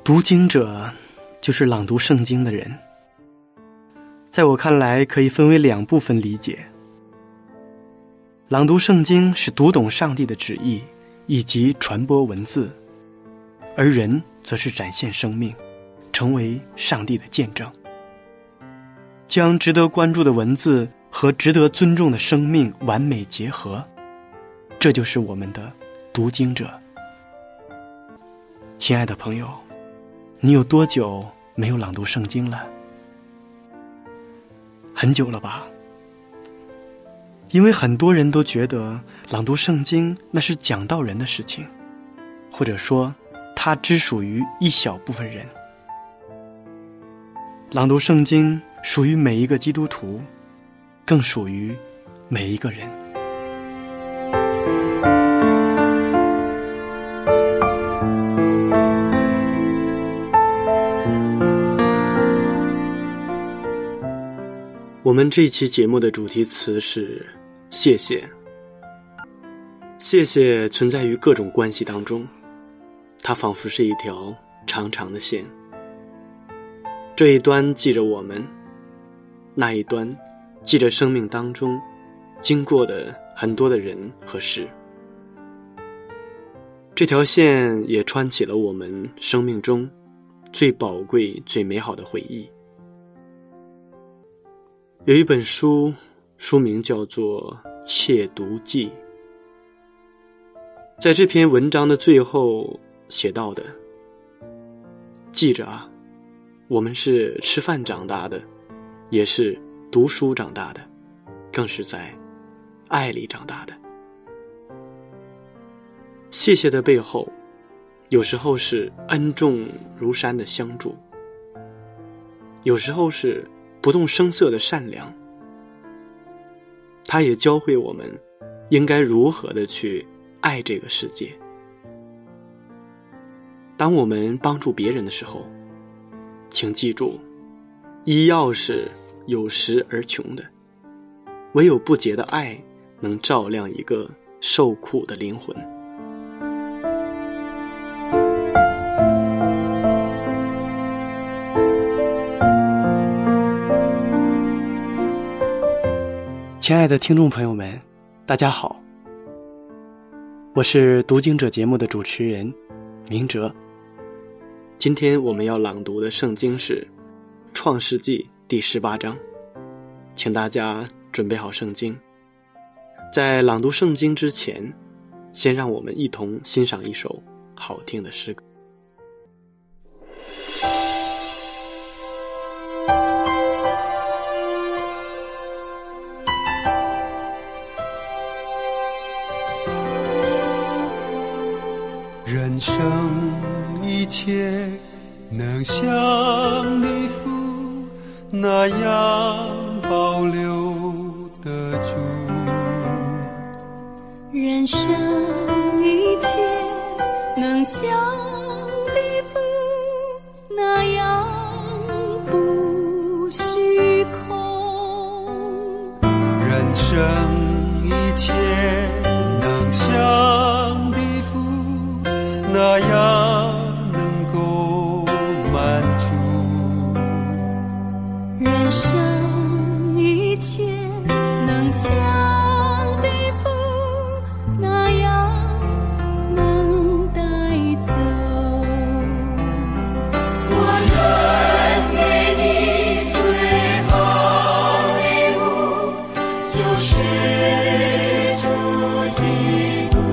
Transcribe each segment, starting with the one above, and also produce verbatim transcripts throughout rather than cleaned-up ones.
读经者就是朗读圣经的人。在我看来，可以分为两部分理解。朗读圣经是读懂上帝的旨意以及传播文字，而人则是展现生命，成为上帝的见证，将值得关注的文字和值得尊重的生命完美结合，这就是我们的读经者。亲爱的朋友，你有多久没有朗读圣经了？很久了吧？因为很多人都觉得朗读圣经那是讲道人的事情，或者说它只属于一小部分人。朗读圣经属于每一个基督徒，更属于每一个人。我们这期节目的主题词是谢谢。谢谢存在于各种关系当中，它仿佛是一条长长的线，这一端记着我们，那一端记着生命当中经过的很多的人和事。这条线也穿起了我们生命中最宝贵最美好的回忆。有一本书，书名叫做《窃读记》。在这篇文章的最后写到的，记着啊，我们是吃饭长大的，也是读书长大的，更是在爱里长大的。谢谢的背后，有时候是恩重如山的相助，有时候是不动声色的善良。它也教会我们应该如何的去爱这个世界。当我们帮助别人的时候，请记住，医药是有时而穷的，唯有不竭的爱能照亮一个受苦的灵魂。亲爱的听众朋友们，大家好，我是读经者节目的主持人明哲。今天我们要朗读的圣经是创世纪第十八章，请大家准备好圣经。在朗读圣经之前，先让我们一同欣赏一首好听的诗歌。 人生一切能像你父那样保留得住， 人生一切能像你父那样不虚空， 人生一切能像那样能够满足， 人生一切能像地父那样能带走。我能给你最好礼物，就是主基督。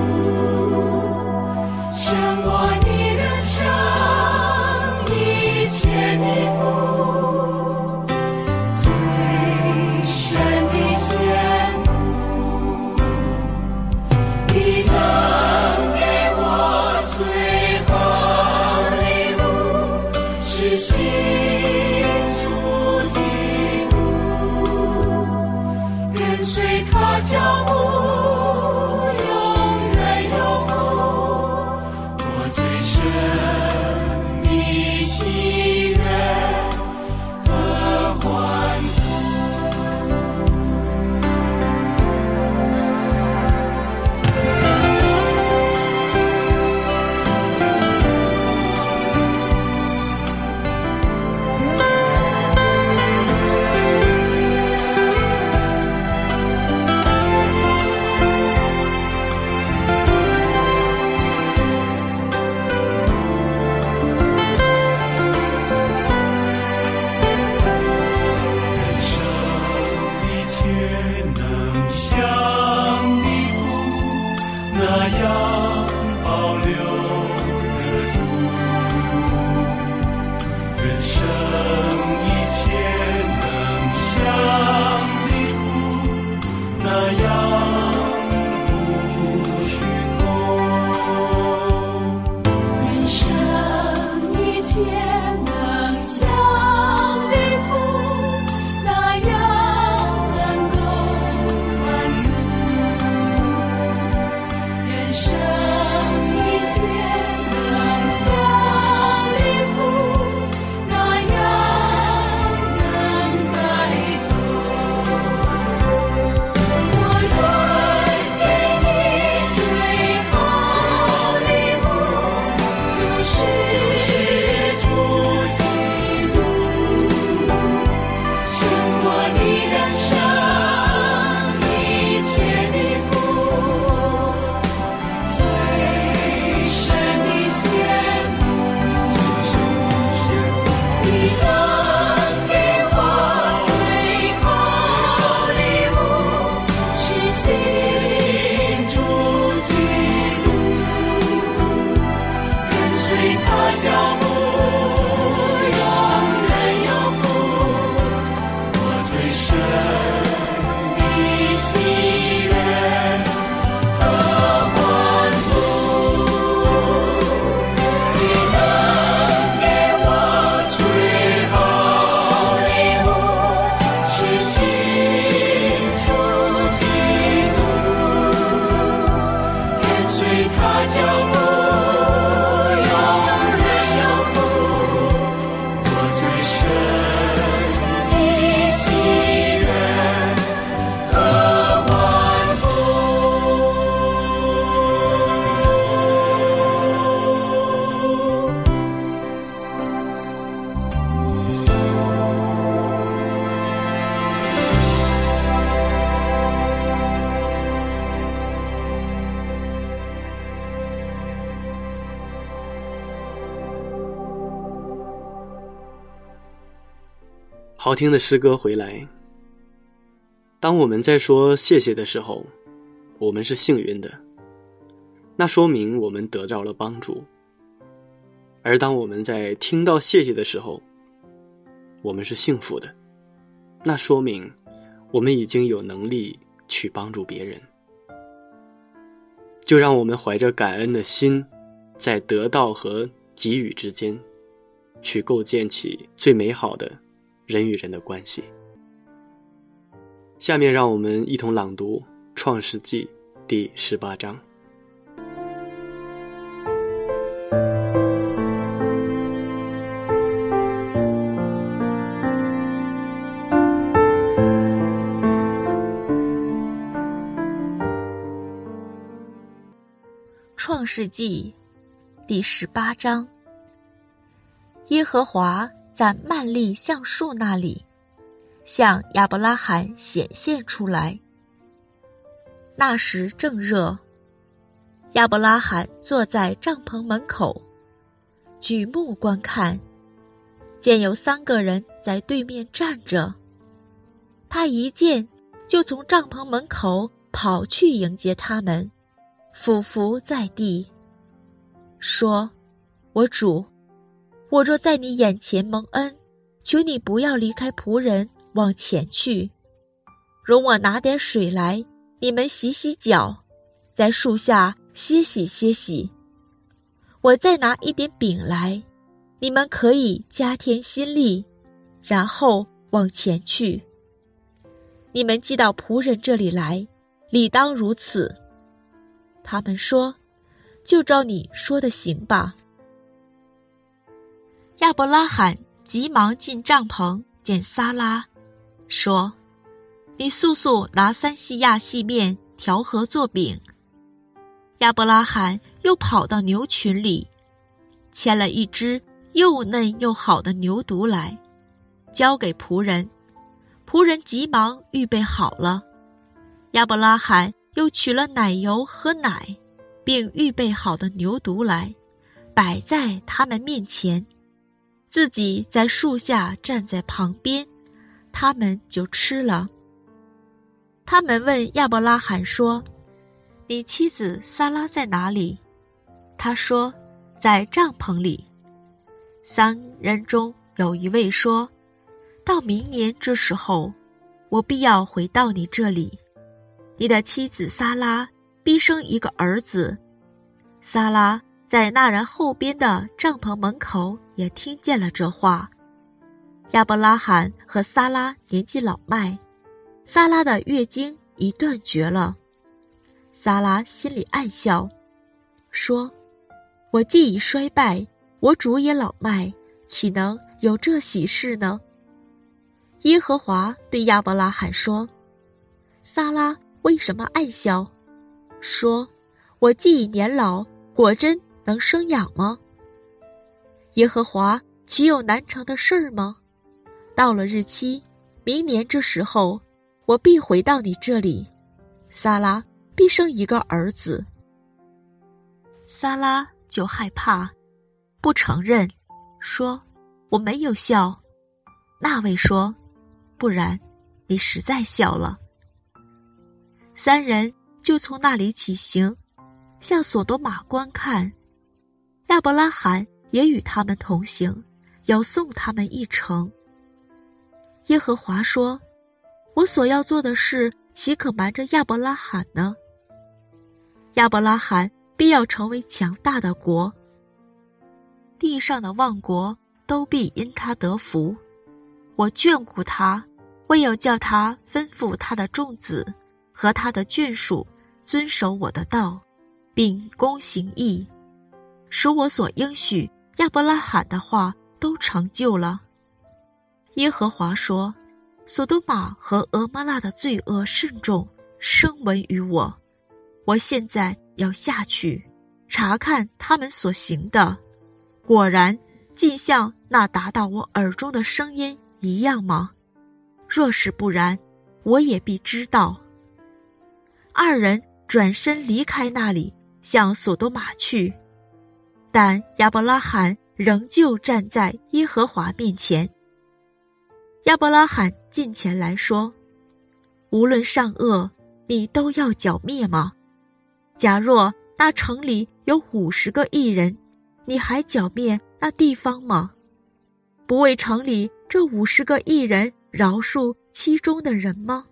脚步永远有福，我最深的喜悦和欢呼，你能给我最好礼物，是信主基督，跟随他脚步永远有福，我最深的喜悦和欢呼。 好听的诗歌回来。当我们在说谢谢的时候，我们是幸运的，那说明我们得到了帮助；而当我们在听到谢谢的时候，我们是幸福的，那说明我们已经有能力去帮助别人。就让我们怀着感恩的心，在得到和给予之间，去构建起最美好的人与人的关系。下面让我们一同朗读创世纪第十八章。 创世纪第十八章。耶和华在曼利橡树那里向亚伯拉罕显现出来。那时正热，亚伯拉罕坐在帐篷门口，举目观看，见有三个人在对面站着。他一见，就从帐篷门口跑去迎接他们，俯伏在地，说：我主，我若在你眼前蒙恩，求你不要离开仆人，往前去，容我拿点水来，你们洗洗脚，在树下歇息歇息。我再拿一点饼来，你们可以加添心力，然后往前去。你们寄到仆人这里来，理当如此。他们说：就照你说的行吧。亚伯拉罕急忙进帐篷见撒拉，说：你速速拿三细亚细面调和做饼。亚伯拉罕又跑到牛群里，牵了一只又嫩又好的牛犊来，交给仆人。仆人急忙预备好了。亚伯拉罕又取了奶油和奶，并预备好的牛犊来，摆在他们面前，自己在树下站在旁边，他们就吃了。他们问亚伯拉罕说：你妻子撒拉在哪里？他说：在帐篷里。三人中有一位说：到明年这时候，我必要回到你这里，你的妻子撒拉必生一个儿子。撒拉在那人后边的帐篷门口也听见了这话。亚伯拉罕和撒拉年纪老迈，撒拉的月经已断绝了。撒拉心里暗笑，说：我既已衰败，我主也老迈，岂能有这喜事呢？耶和华对亚伯拉罕说：撒拉为什么暗笑？说：我既已年老，果真能生养吗？耶和华岂有难成的事儿吗？到了日期，明年这时候，我必回到你这里，撒拉必生一个儿子。撒拉就害怕，不承认，说：我没有笑。那位说：不然，你实在笑了。三人就从那里起行，向索多玛观看。亚伯拉罕也与他们同行，要送他们一程。耶和华说，我所要做的事，岂可瞒着亚伯拉罕呢？亚伯拉罕必要成为强大的国，地上的万国都必因他得福。我眷顾他，为要叫他吩咐他的众子和他的眷属遵守我的道，并公行义，使我所应许亚伯拉罕的话都成就了。耶和华说，所多玛和俄摩拉的罪恶甚重，声闻于我。我现在要下去查看他们所行的，果然既像那达到我耳中的声音一样吗？若是不然，我也必知道。二人转身离开那里，向所多玛去，但亚伯拉罕仍旧站在耶和华面前。亚伯拉罕近前来说，无论善恶，你都要剿灭吗？假若那城里有五十个义人，你还剿灭那地方吗？不为城里这五十个义人饶恕其中的人吗？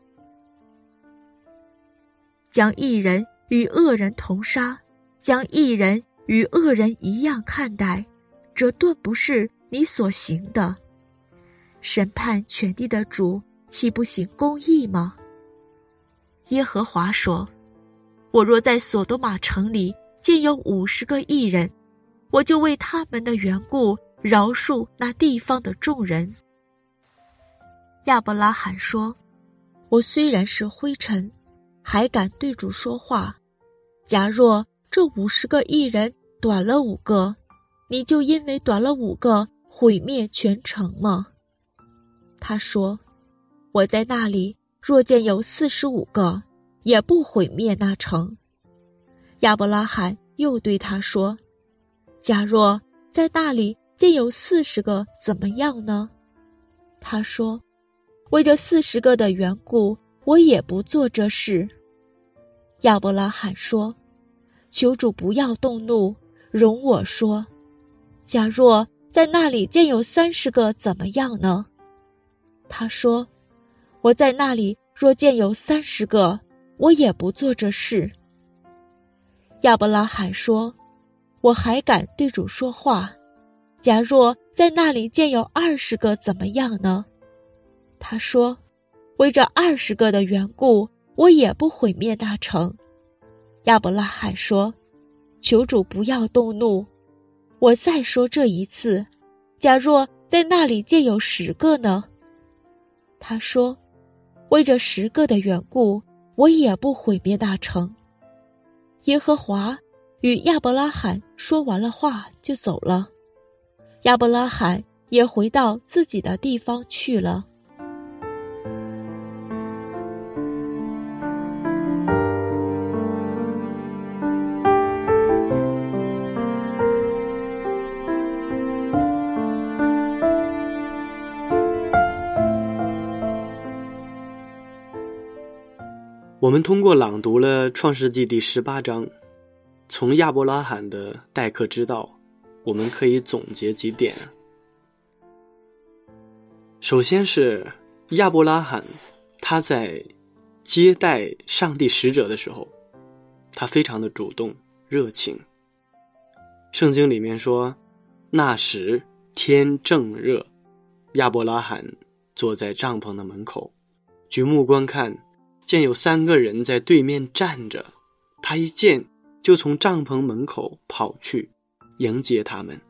将义人与恶人同杀，将义人与恶人一样看待，这顿不是你所行的。审判全地的主，岂不行公义吗？耶和华说，我若在所多玛城里见有五十个义人，我就为他们的缘故饶恕那地方的众人。亚伯拉罕说，我虽然是灰尘，还敢对主说话。假若这五十个义人短了五个，你就因为短了五个毁灭全城吗？他说，我在那里若见有四十五个，也不毁灭那城。亚伯拉罕又对他说，假若在那里见有四十个，怎么样呢？他说，为这四十个的缘故，我也不做这事。亚伯拉罕说，求主不要动怒，容我说，假若在那里见有三十个，怎么样呢？他说，我在那里若见有三十个，我也不做这事。亚伯拉罕说，我还敢对主说话，假若在那里见有二十个，怎么样呢？他说，为这二十个的缘故，我也不毁灭那城。亚伯拉罕说，求主不要动怒，我再说这一次，假若在那里见有十个呢？他说，为这十个的缘故，我也不毁灭那城。耶和华与亚伯拉罕说完了话，就走了。亚伯拉罕也回到自己的地方去了。 我们通过朗读了创世纪第十八章，从亚伯拉罕的待客之道，我们可以总结几点。首先是亚伯拉罕，他在接待上帝使者的时候，他非常的主动热情。圣经里面说，那时天正热，亚伯拉罕坐在帐篷的门口，举目观看，见有三个人在对面站着，他一见就从帐篷门口跑去迎接他们。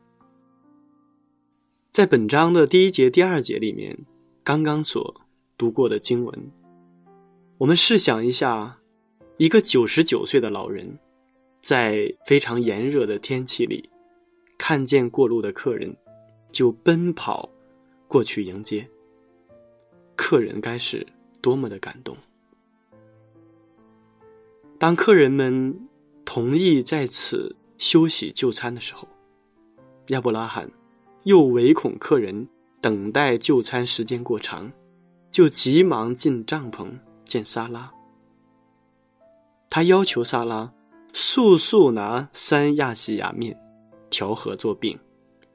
在本章的第一节第二节里面，刚刚所读过的经文，我们试想一下，一个九十九岁的老人在非常炎热的天气里，看见过路的客人就奔跑过去迎接，客人该是多么的感动。当客人们同意在此休息就餐的时候，亚伯拉罕又唯恐客人等待就餐时间过长，就急忙进帐篷见撒拉。他要求撒拉速速拿三亚细亚面调和做饼，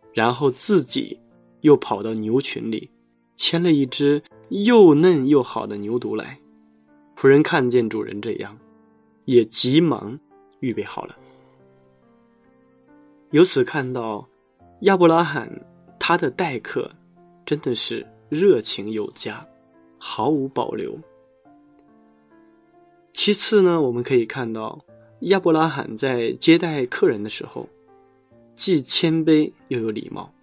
然后自己又跑到牛群里牵了一只又嫩又好的牛犊来。仆人看见主人这样，也急忙预备好了。由此看到亚伯拉罕他的待客真的是热情有加，毫无保留。其次呢，我们可以看到亚伯拉罕在接待客人的时候，既谦卑又有礼貌。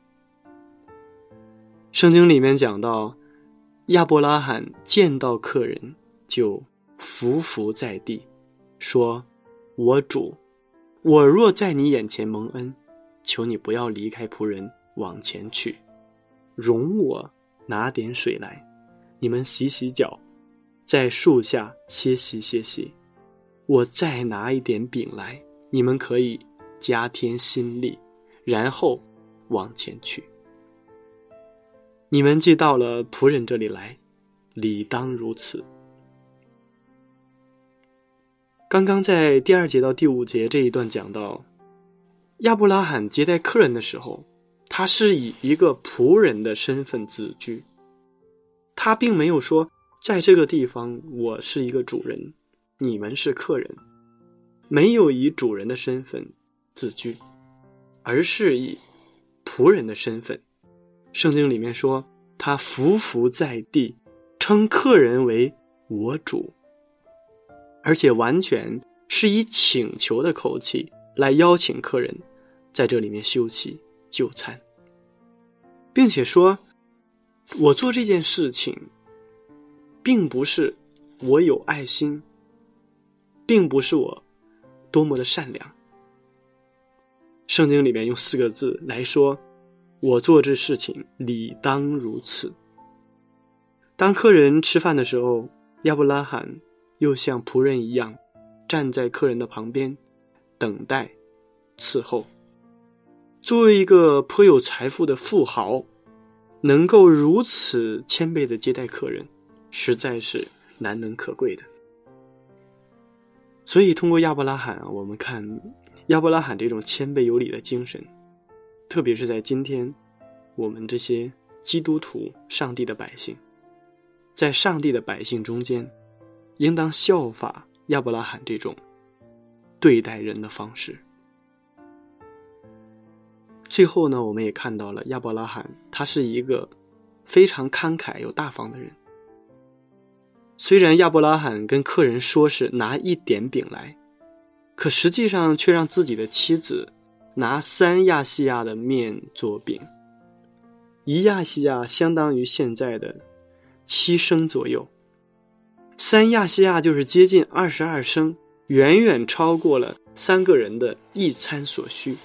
圣经里面讲到，亚伯拉罕见到客人就伏伏在地，说：我主，我若在你眼前蒙恩，求你不要离开仆人往前去，容我拿点水来，你们洗洗脚，在树下歇息歇息，我再拿一点饼来，你们可以加添心力，然后往前去。你们既到了仆人这里来，理当如此。刚刚在第二节到第五节这一段讲到，亚伯拉罕接待客人的时候，他是以一个仆人的身份自居，他并没有说在这个地方我是一个主人，你们是客人，没有以主人的身份自居，而是以仆人的身份。圣经里面说他伏伏在地，称客人为我主，而且完全是以请求的口气来邀请客人在这里面休息就餐，并且说我做这件事情并不是我有爱心，并不是我多么的善良。圣经里面用四个字来说，我做这事情理当如此。当客人吃饭的时候，亚伯拉罕又像仆人一样站在客人的旁边等待伺候。作为一个颇有财富的富豪，能够如此谦卑地接待客人，实在是难能可贵的。所以通过亚伯拉罕，我们看亚伯拉罕这种谦卑有礼的精神，特别是在今天我们这些基督徒上帝的百姓，在上帝的百姓中间应当效法亚伯拉罕这种对待人的方式。最后呢，我们也看到了亚伯拉罕他是一个非常慷慨又大方的人。虽然亚伯拉罕跟客人说是拿一点饼来，可实际上却让自己的妻子拿三亚细亚的面做饼。一亚细亚相当于现在的七升左右，三亚细亚就是接近二十二升，远远超过了三个人的一餐所需。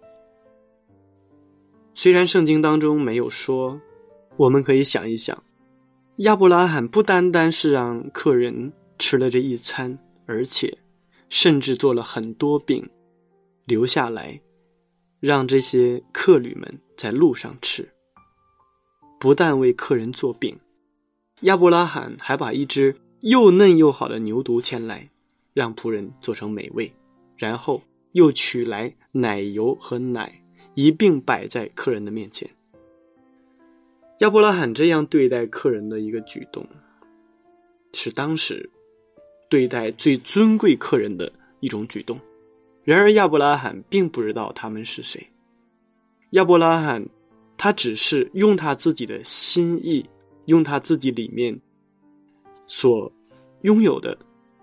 虽然圣经当中没有说，我们可以想一想，亚伯拉罕不单单是让客人吃了这一餐，而且甚至做了很多饼留下来，让这些客旅们在路上吃。不但为客人做饼，亚伯拉罕还把一只又嫩又好的牛犊牵来，让仆人做成美味，然后又取来奶油和奶一并摆在客人的面前。亚伯拉罕这样对待客人的一个举动，是当时对待最尊贵客人的一种举动。然而亚伯拉罕并不知道他们是谁，亚伯拉罕他只是用他自己的心意，用他自己里面所拥有的。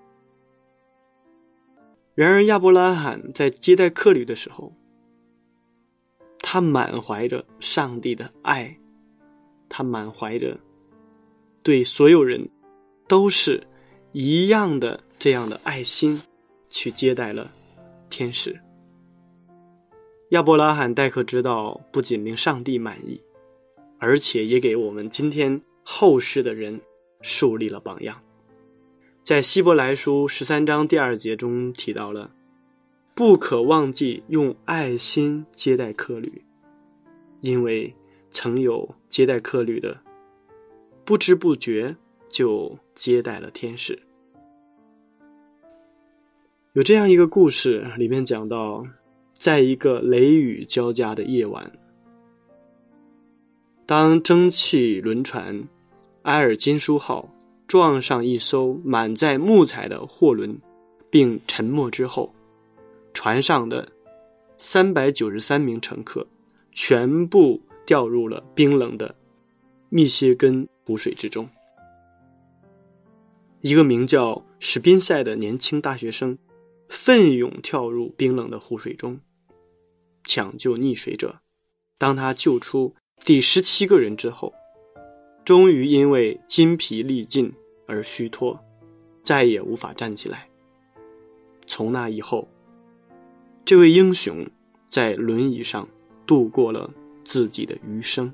然而亚伯拉罕在接待客旅的时候，他满怀着上帝的爱，他满怀着对所有人都是一样的这样的爱心去接待了天使。亚伯拉罕待客之道不仅令上帝满意，而且也给我们今天后世的人树立了榜样。在希伯来书十三章第二节中提到了，不可忘记用爱心接待客旅，因为曾有接待客旅的，不知不觉就接待了天使。有这样一个故事，里面讲到，在一个雷雨交加的夜晚， 当蒸汽轮船埃尔金书号撞上一艘满载木材的货轮并沉没之后，船上的三百九十三名乘客全部掉入了冰冷的密歇根湖水之中。一个名叫史宾塞的年轻大学生奋勇跳入冰冷的湖水中，抢救溺水者。当他救出第十七个人之后，终于因为筋疲力尽而虚脱，再也无法站起来。从那以后，这位英雄在轮椅上度过了自己的余生。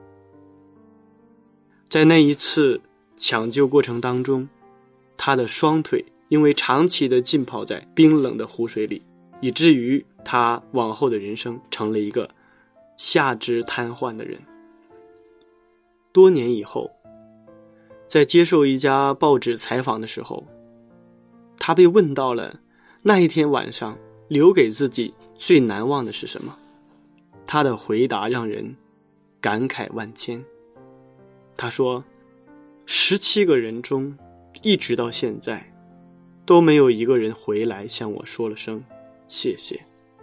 在那一次抢救过程当中，他的双腿因为长期的浸泡在冰冷的湖水里，以至于他往后的人生成了一个下肢瘫痪的人。多年以后，在接受一家报纸采访的时候，他被问到了那一天晚上留给自己最难忘的是什么。他的回答让人感慨万千。他说，十七个人中一直到现在都没有一个人回来向我说了声谢谢。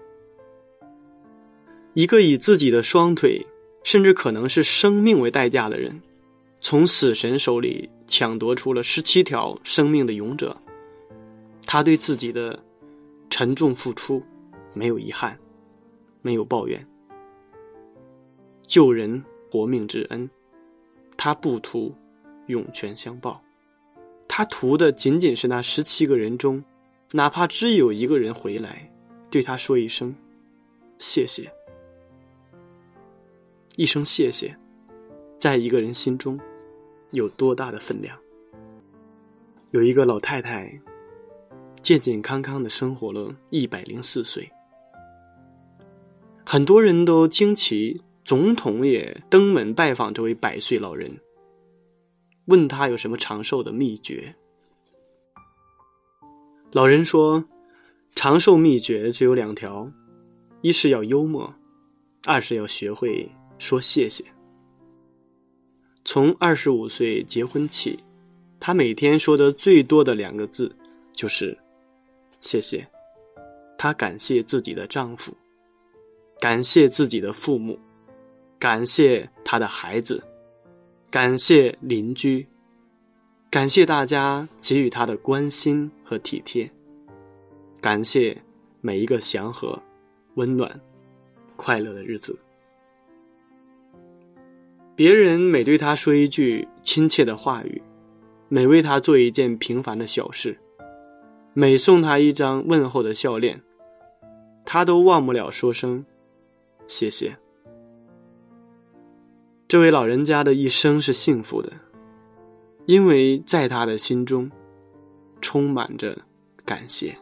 一个以自己的双腿甚至可能是生命为代价的人，从死神手里抢夺出了十七条生命的勇者，他对自己的沉重付出没有遗憾，没有抱怨。救人活命之恩，他不图涌泉相报，他图的仅仅是那十七个人中，哪怕只有一个人回来对他说一声谢谢。一声谢谢在一个人心中有多大的分量。有一个老太太健健康康地生活了一百零四岁，很多人都惊奇，总统也登门拜访这位百岁老人，问他有什么长寿的秘诀。老人说，长寿秘诀只有两条，一是要幽默，二是要学会说谢谢。从二十五岁结婚起，他每天说的最多的两个字就是谢谢。她感谢自己的丈夫，感谢自己的父母，感谢她的孩子，感谢邻居，感谢大家给予她的关心和体贴，感谢每一个祥和、温暖、快乐的日子。别人每对她说一句亲切的话语，每为她做一件平凡的小事，每送她一张问候的笑脸，她都忘不了说声谢谢。这位老人家的一生是幸福的，因为在他的心中充满着感谢。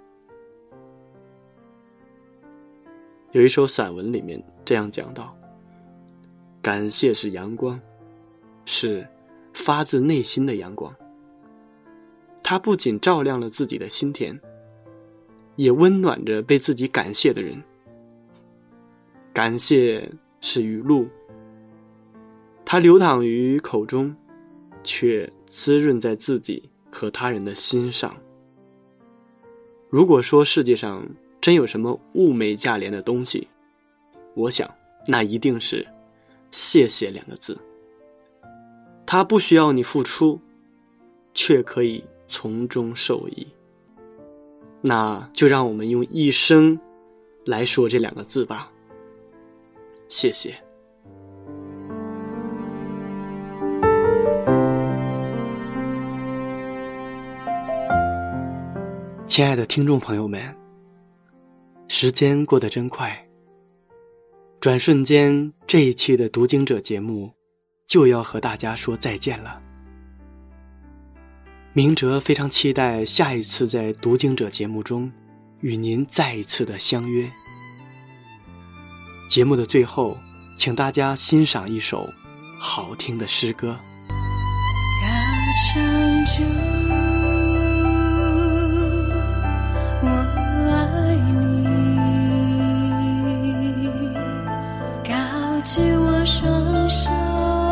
有一首散文里面这样讲到，感谢是阳光，是发自内心的阳光，它不仅照亮了自己的心田，也温暖着被自己感谢的人。感谢是雨露，它流淌于口中，却滋润在自己和他人的心上。如果说世界上真有什么物美价廉的东西，我想那一定是谢谢两个字。它不需要你付出，却可以从中受益。那就让我们用一生来说这两个字吧，谢谢。亲爱的听众朋友们，时间过得真快，转瞬间这一期的读经者节目就要和大家说再见了。明哲非常期待下一次在读经者节目中与您再一次的相约。节目的最后，请大家欣赏一首好听的诗歌。 要长久，我爱你，高举我双手，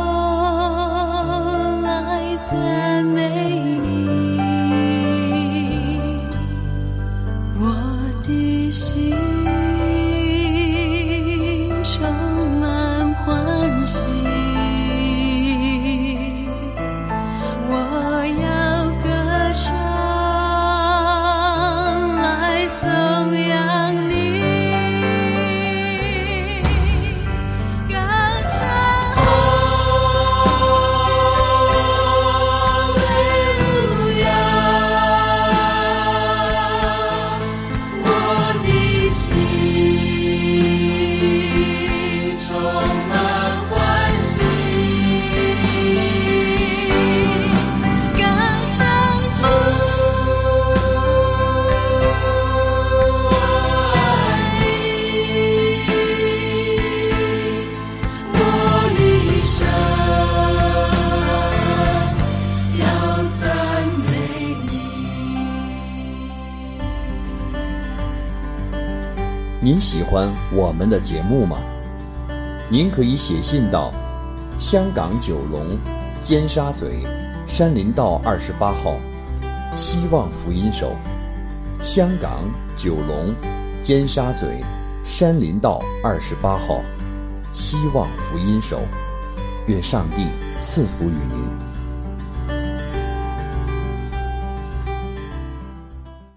您喜欢我们的节目吗？您可以写信到香港九龙尖沙咀山林道二十八号，希望福音手。香港九龙尖沙咀山林道二十八号，希望福音手。愿上帝赐福于您。